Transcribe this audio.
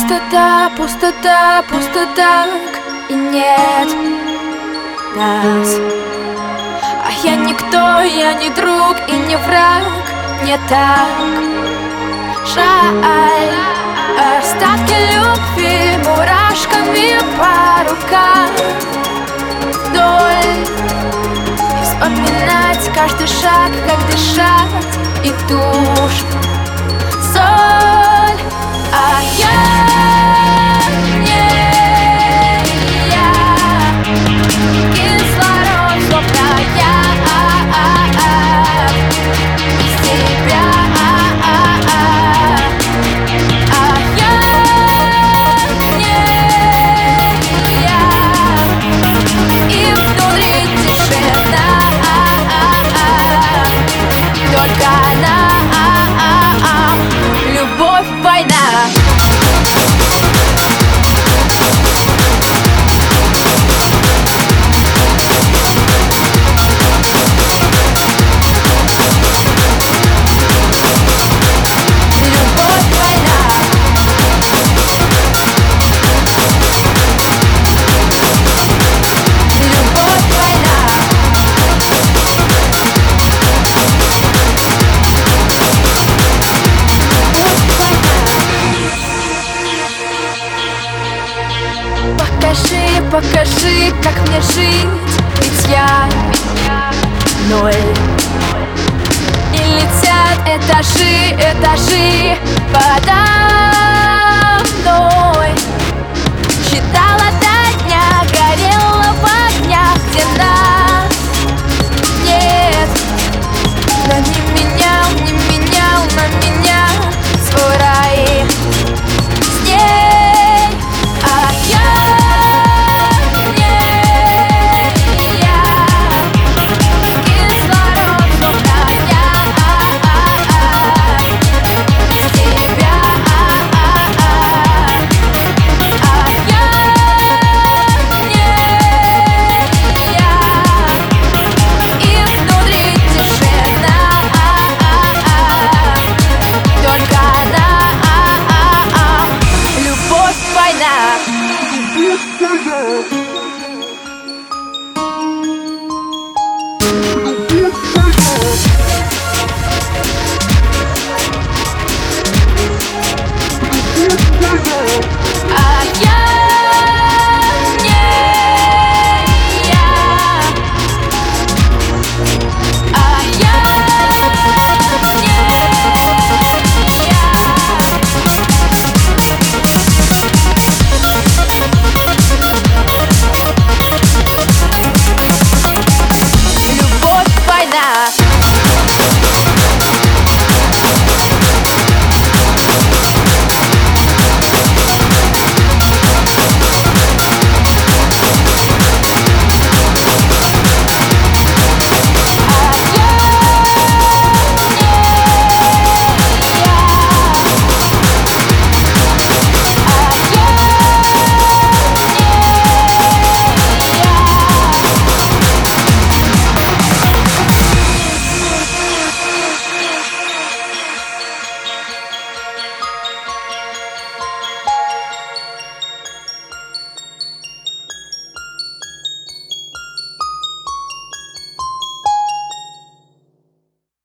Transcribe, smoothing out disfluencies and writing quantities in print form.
Пустота, пустота, пустота, и нет нас. А я никто, я не друг и не враг. Мне так жаль. Остатки любви мурашками по рукам вдоль. И вспоминать каждый шаг, как дышать и тушь, соль. А я не я, кислород, словно я без тебя. А я не я, и внутри тишина, только она, любовь, война. Покажи, покажи, как мне жить, ведь я ноль. И летят этажи, этажи подо мной. Считала до дня, горела в огнях, где нас нет. Но не менял на меня свой рай с ней. А я Война.